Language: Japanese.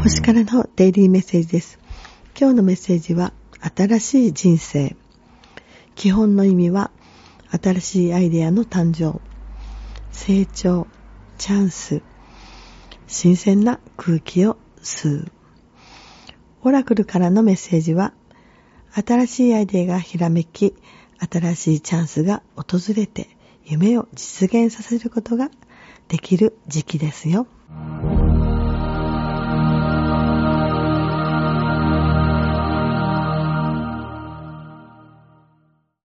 星からのデイリーメッセージです。今日のメッセージは新しい人生。基本の意味は新しいアイデアの誕生、成長、チャンス、新鮮な空気を吸う。オラクルからのメッセージは新しいアイデアがひらめき、新しいチャンスが訪れて夢を実現させることができる時期ですよ。